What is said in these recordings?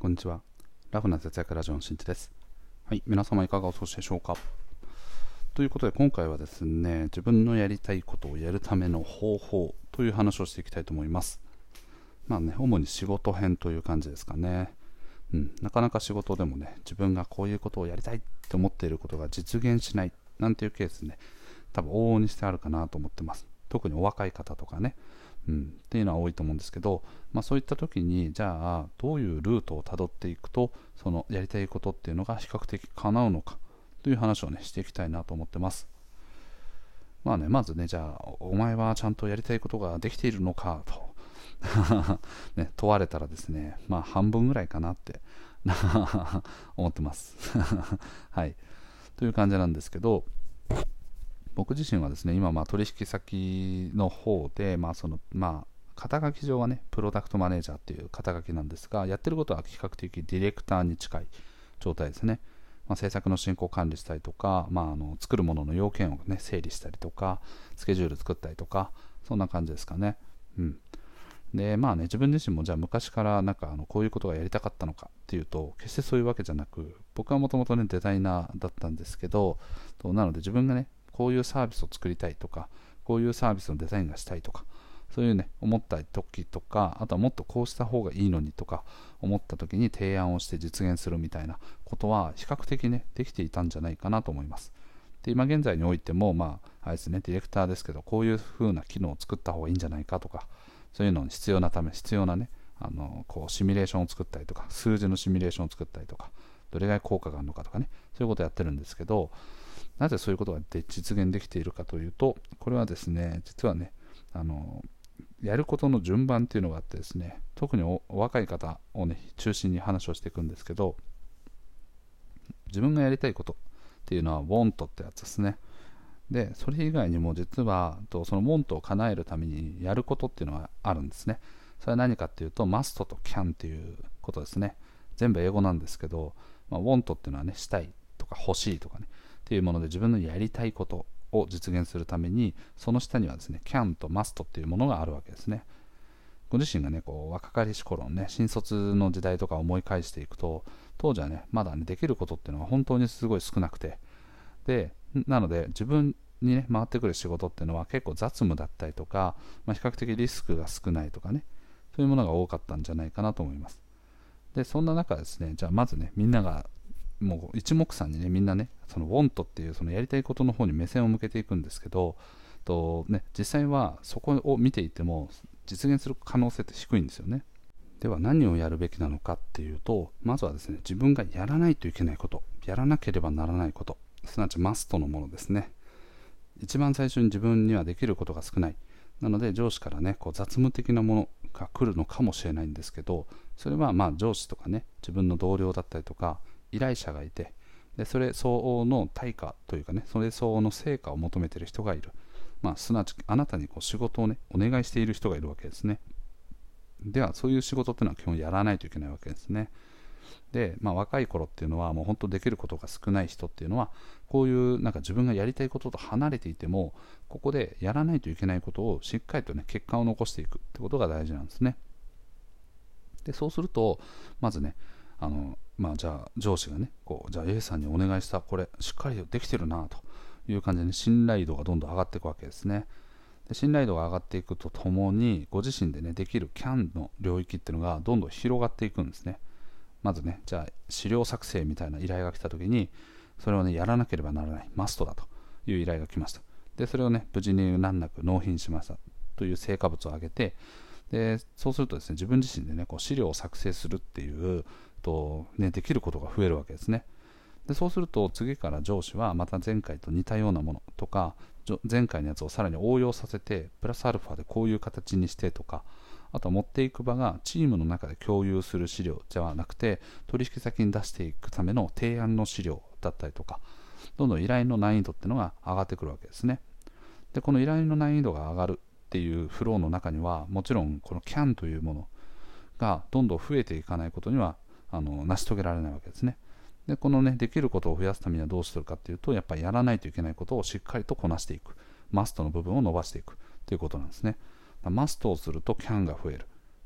んにちは。ラフな節約ラジオのしんちです。はい、皆様いかがお過ごしでしょうか。ということで今回はですね、自分のやりたいことをやるための方法という話をしていきたいと思います。主に仕事編という感じですかね。なかなか仕事でもね、自分がこういうことをやりたいって思っていることが実現しないなんていうケースね、多分往々にしてあるかなと思ってます。特にお若い方とかね、っていうのは多いと思うんですけど、そういった時にじゃあどういうルートをたどっていくとそのやりたいことっていうのが比較的叶うのかという話をねしていきたいなと思ってます。まずね、じゃあお前はちゃんとやりたいことができているのかと問われたらですね、半分ぐらいかなって思ってますはい、という感じなんですけど、僕自身はですね、今取引先の方で、肩書き上はね、プロダクトマネージャーっていう肩書きなんですが、やってることは比較的ディレクターに近い状態ですね。制作の進行管理したりとか、作るものの要件をね、整理したりとか、スケジュール作ったりとか、そんな感じですかね。で、自分自身もじゃあ昔からこういうことがやりたかったのかっていうと、決してそういうわけじゃなく、僕はもともとね、デザイナーだったんですけど、なので自分がね、こういうサービスを作りたいとか、こういうサービスのデザインがしたいとか、そういうね、思った時とか、あとはもっとこうした方がいいのにとか、思った時に提案をして実現するみたいなことは、比較的ね、できていたんじゃないかなと思います。で、今現在においても、あれですね、ディレクターですけど、こういう風な機能を作った方がいいんじゃないかとか、そういうのに必要なね、シミュレーションを作ったりとか、数字のシミュレーションを作ったりとか、どれぐらい効果があるのかとかね、そういうことをやってるんですけど、なぜそういうことが実現できているかというと、これはですね、実はね、やることの順番っていうのがあってですね、特にお若い方をね、中心に話をしていくんですけど、自分がやりたいことっていうのは want ってやつですね。で、それ以外にも実はその want を叶えるためにやることっていうのがあるんですね。それは何かっていうと must と can っていうことですね。全部英語なんですけど、want っていうのはね、したいとか欲しいとかねっていうもので、自分のやりたいことを実現するために、その下にはですね can と must っていうものがあるわけですね。ご自身がね、若かりし頃のね、新卒の時代とか思い返していくと、当時はね、まだね、できることっていうのは本当にすごい少なくて、で、なので自分にね、回ってくる仕事っていうのは結構雑務だったりとか、比較的リスクが少ないとかね、そういうものが多かったんじゃないかなと思います。で、そんな中ですね、じゃあまずね、みんながもう一目散にね、みんなね、その want っていうそのやりたいことの方に目線を向けていくんですけど、実際はそこを見ていても実現する可能性って低いんですよね。では何をやるべきなのかっていうと、まずはですね、自分がやらないといけないこと、やらなければならないこと、すなわちマストのものですね。一番最初に自分にはできることが少ない。なので上司からね、雑務的なものが来るのかもしれないんですけど、それは上司とかね、自分の同僚だったりとか、依頼者がいて、でそれ相応の対価というかね、それ相応の成果を求めている人がいる。すなわちあなたに仕事をね、お願いしている人がいるわけですね。では、そういう仕事っていうのは基本やらないといけないわけですね。で、若い頃っていうのはもう本当できることが少ない人っていうのは、こういう自分がやりたいことと離れていても、ここでやらないといけないことをしっかりとね、結果を残していくってことが大事なんですね。で、そうすると、まずね、じゃあ上司がね、じゃあ A さんにお願いしたこれしっかりできてるなという感じで、ね、信頼度がどんどん上がっていくわけですね。で、信頼度が上がっていくとともに、ご自身でね、できる CAN の領域っていうのがどんどん広がっていくんですね。まずね、じゃあ資料作成みたいな依頼が来た時に、それをね、やらなければならない、マストだという依頼が来ました。で、それをね、無事に難なく納品しましたという成果物を上げて、で、そうするとですね、自分自身でね、資料を作成するっていうできることが増えるわけですね。で、そうすると次から上司はまた前回と似たようなものとか、前回のやつをさらに応用させて、プラスアルファでこういう形にしてとか、あとは持っていく場がチームの中で共有する資料ではなくて、取引先に出していくための提案の資料だったりとか、どんどん依頼の難易度っていうのが上がってくるわけですね。で、この依頼の難易度が上がるっていうフローの中には、もちろんこの CAN というものがどんどん増えていかないことには成し遂げられないわけですね。で、このね、できることを増やすためにはどうするかっていうと、やっぱりやらないといけないことをしっかりとこなしていく。マストの部分を伸ばしていくということなんですね。マストをすると CAN が増える。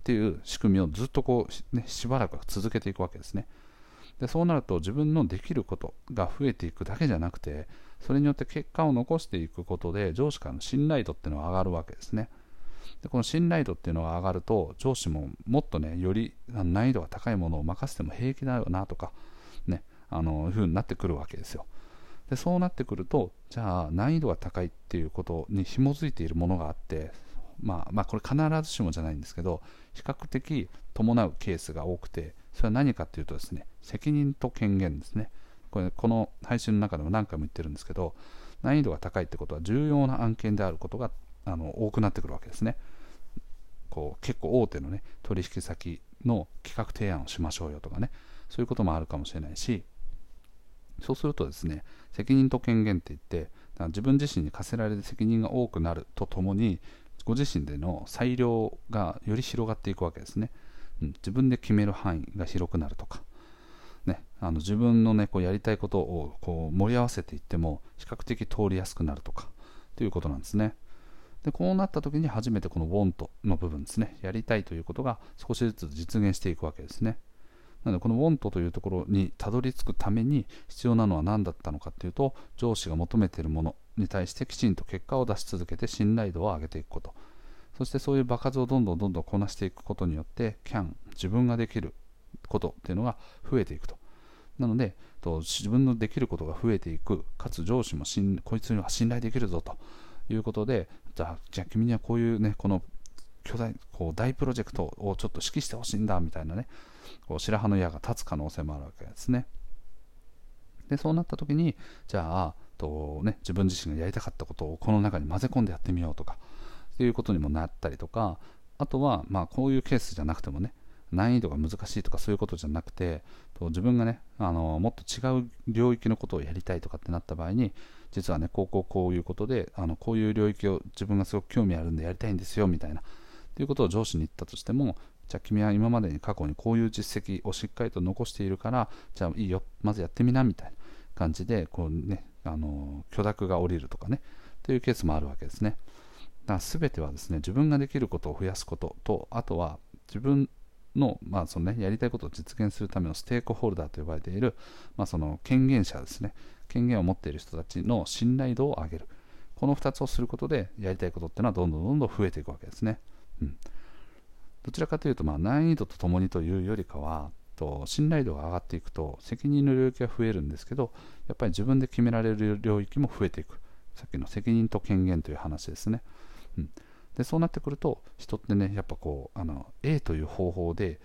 っていう仕組みをずっとしばらく続けていくわけですね。でそうなると自分のできることが増えていくだけじゃなくて、それによって結果を残していくことで上司からの信頼度っていうのが上がるわけですね。でこの信頼度っていうのが上がると、上司ももっとね、より難易度が高いものを任せても平気だよなとかね、いう風になってくるわけですよ。でそうなってくると、じゃあ難易度が高いっていうことに紐づいているものがあって、これ必ずしもじゃないんですけど、比較的伴うケースが多くて、それは何かっていうとですね、責任と権限ですね。この配信の中でも何回も言ってるんですけど、難易度が高いってことは重要な案件であることが多くなってくるわけですね。結構大手のね、取引先の企画提案をしましょうよとかね、そういうこともあるかもしれないし、そうするとですね、責任と権限っていって、自分自身に課せられる責任が多くなるとともに、ご自身での裁量がより広がっていくわけですね。自分で決める範囲が広くなるとか、ね、自分の、ね、やりたいことを盛り合わせていっても比較的通りやすくなるとかということなんですね。でこうなった時に初めてこの want の部分ですね、やりたいということが少しずつ実現していくわけですね。なのでこの want というところにたどり着くために必要なのは何だったのかというと、上司が求めているものに対してきちんと結果を出し続けて信頼度を上げていくこと、そしてそういう場数をどんどんこなしていくことによって CAN、 自分ができることっていうのが増えていくと。なので自分のできることが増えていく、かつ上司もこいつには信頼できるぞということで、じゃあ君にはこういうね、この巨大大プロジェクトをちょっと指揮してほしいんだみたいなね、白羽の矢が立つ可能性もあるわけですね。でそうなった時に、じゃあ自分自身がやりたかったことをこの中に混ぜ込んでやってみようとかっていうことにもなったりとか、あとはこういうケースじゃなくてもね、難易度が難しいとかそういうことじゃなくて、自分がねもっと違う領域のことをやりたいとかってなった場合に、実はねこういうことでこういう領域を自分がすごく興味あるんでやりたいんですよみたいなということを上司に言ったとしても、じゃあ君は今までに過去にこういう実績をしっかりと残しているから、じゃあいいよ、まずやってみなみたいな感じで許諾が下りるとかねというケースもあるわけですね。だから全てはですね、自分ができることを増やすことと、あとは自分の、やりたいことを実現するためのステークホルダーと呼ばれている、その権限者ですね、権限を持っている人たちの信頼度を上げる、この2つをすることでやりたいことっていうのはどんどん増えていくわけですね。どちらかというと、難易度とともにというよりかは、信頼度が上がっていくと責任の領域が増えるんですけど、やっぱり自分で決められる領域も増えていく、さっきの責任と権限という話ですね。でそうなってくると、人ってね、やっぱA という方法で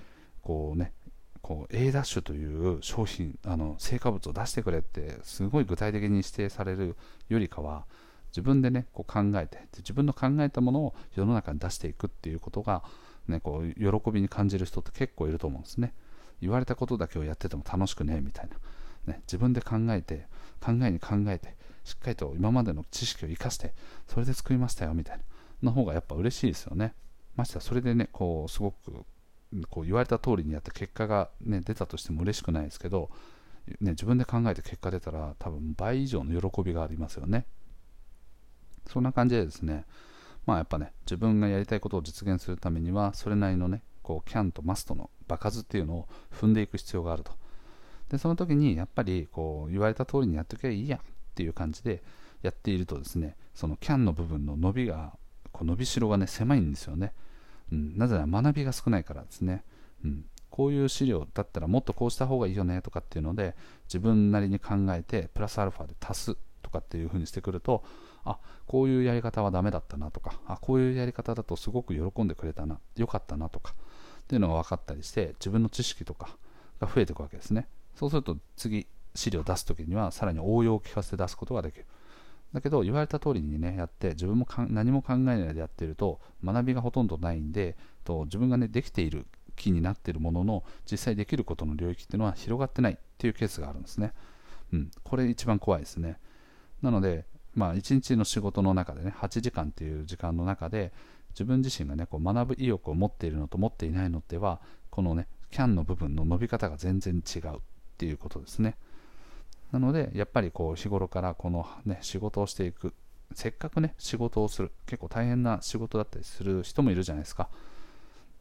A ダッシュという商品成果物を出してくれってすごい具体的に指定されるよりかは、自分でね考えて、自分の考えたものを世の中に出していくっていうことが、ね、喜びに感じる人って結構いると思うんですね。言われたことだけをやってても楽しくねみたいな、自分で考えてしっかりと今までの知識を生かしてそれで作りましたよみたいなの方がやっぱ嬉しいですよね。ましてはそれでねすごく言われた通りにやって結果が、出たとしても嬉しくないですけど、自分で考えて結果出たら多分倍以上の喜びがありますよね。そんな感じでですね、やっぱね、自分がやりたいことを実現するためにはそれなりのねCAN と MUST の場数っていうのを踏んでいく必要があると。でその時にやっぱり言われた通りにやっておけばいいやっていう感じでやっているとですね、その CAN の部分の伸びしろがね狭いんですよね。なぜなら学びが少ないからですね。こういう資料だったらもっとこうした方がいいよねとかっていうので、自分なりに考えてプラスアルファで足すとかっていう風にしてくると、こういうやり方はダメだったなとか、こういうやり方だとすごく喜んでくれたな、よかったなとかっていうのが分かったりして、自分の知識とかが増えていくわけですね。そうすると次資料を出すときにはさらに応用を聞かせて出すことができる。だけど言われた通りにねやって、自分も何も考えないでやっていると学びがほとんどないんで、自分がねできている気になっているものの実際できることの領域っていうのは広がってないっていうケースがあるんですね。これ一番怖いですね。なので1日の仕事の中でね8時間っていう時間の中で、自分自身がね学ぶ意欲を持っているのと持っていないのでは、このね CAN の部分の伸び方が全然違うっていうことですね。なのでやっぱり日頃から仕事をしていく、せっかくね仕事をする、結構大変な仕事だったりする人もいるじゃないですか。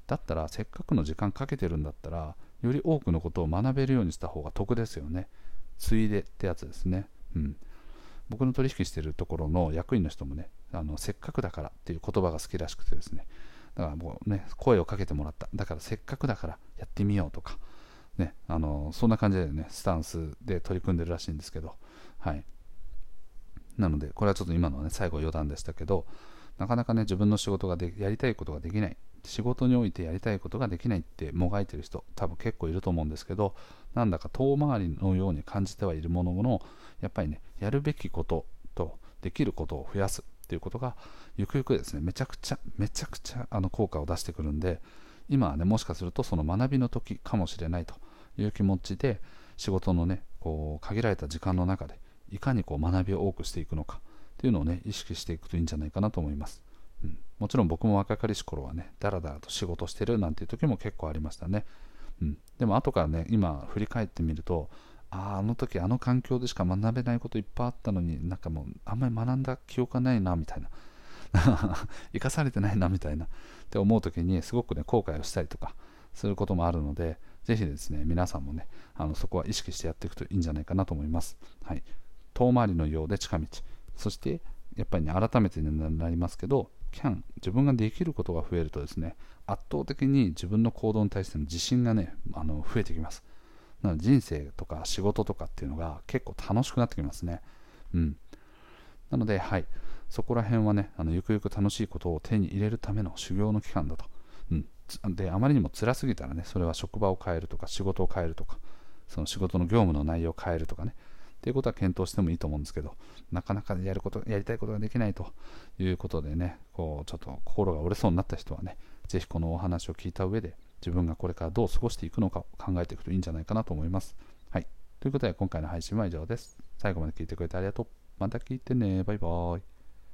だったらせっかくの時間かけてるんだったら、より多くのことを学べるようにした方が得ですよね。ついでってやつですね。僕の取引しているところの役員の人もね、せっかくだからっていう言葉が好きらしくてですね、だからもうね、声をかけてもらった、だからせっかくだからやってみようとか、ね、そんな感じでね、スタンスで取り組んでるらしいんですけど、はい。なので、これはちょっと今のね、最後余談でしたけど、なかなかね、自分の仕事がやりたいことができない、仕事においてやりたいことができないってもがいてる人、多分結構いると思うんですけど、なんだか遠回りのように感じてはいるものの、やっぱりね、やるべきこととできることを増やすっていうことが、ゆくゆくですね、めちゃくちゃ効果を出してくるんで、今はね、もしかするとその学びの時かもしれないという気持ちで、仕事のね、こう限られた時間の中で、いかにこう学びを多くしていくのかっていうのをね、意識していくといいんじゃないかなと思います。もちろん僕も若かりし頃はね、だらだらと仕事してるなんていう時も結構ありましたね。でも後からね、今振り返ってみると、あの時あの環境でしか学べないこといっぱいあったのに、なんかもうあんまり学んだ記憶がないなみたいな生かされてないなみたいなって思う時にすごくね、後悔をしたりとかすることもあるので、ぜひですね、皆さんもね、そこは意識してやっていくといいんじゃないかなと思います。はい、遠回りのようで近道、そしてやっぱりね、改めてになりますけど、自分ができることが増えるとですね、圧倒的に自分の行動に対しての自信がね、増えてきます。なので人生とか仕事とかっていうのが結構楽しくなってきますね。なので、はい、そこら辺はね、ゆくゆく楽しいことを手に入れるための修行の期間だと。で、あまりにも辛すぎたらね、それは職場を変えるとか仕事を変えるとか、その仕事の業務の内容を変えるとかね、っていうことは検討してもいいと思うんですけど、なかなかやりたいことができないということでね、こうちょっと心が折れそうになった人はね、ぜひこのお話を聞いた上で、自分がこれからどう過ごしていくのかを考えていくといいんじゃないかなと思います。はい。ということで、今回の配信は以上です。最後まで聞いてくれてありがとう。また聞いてね。バイバーイ。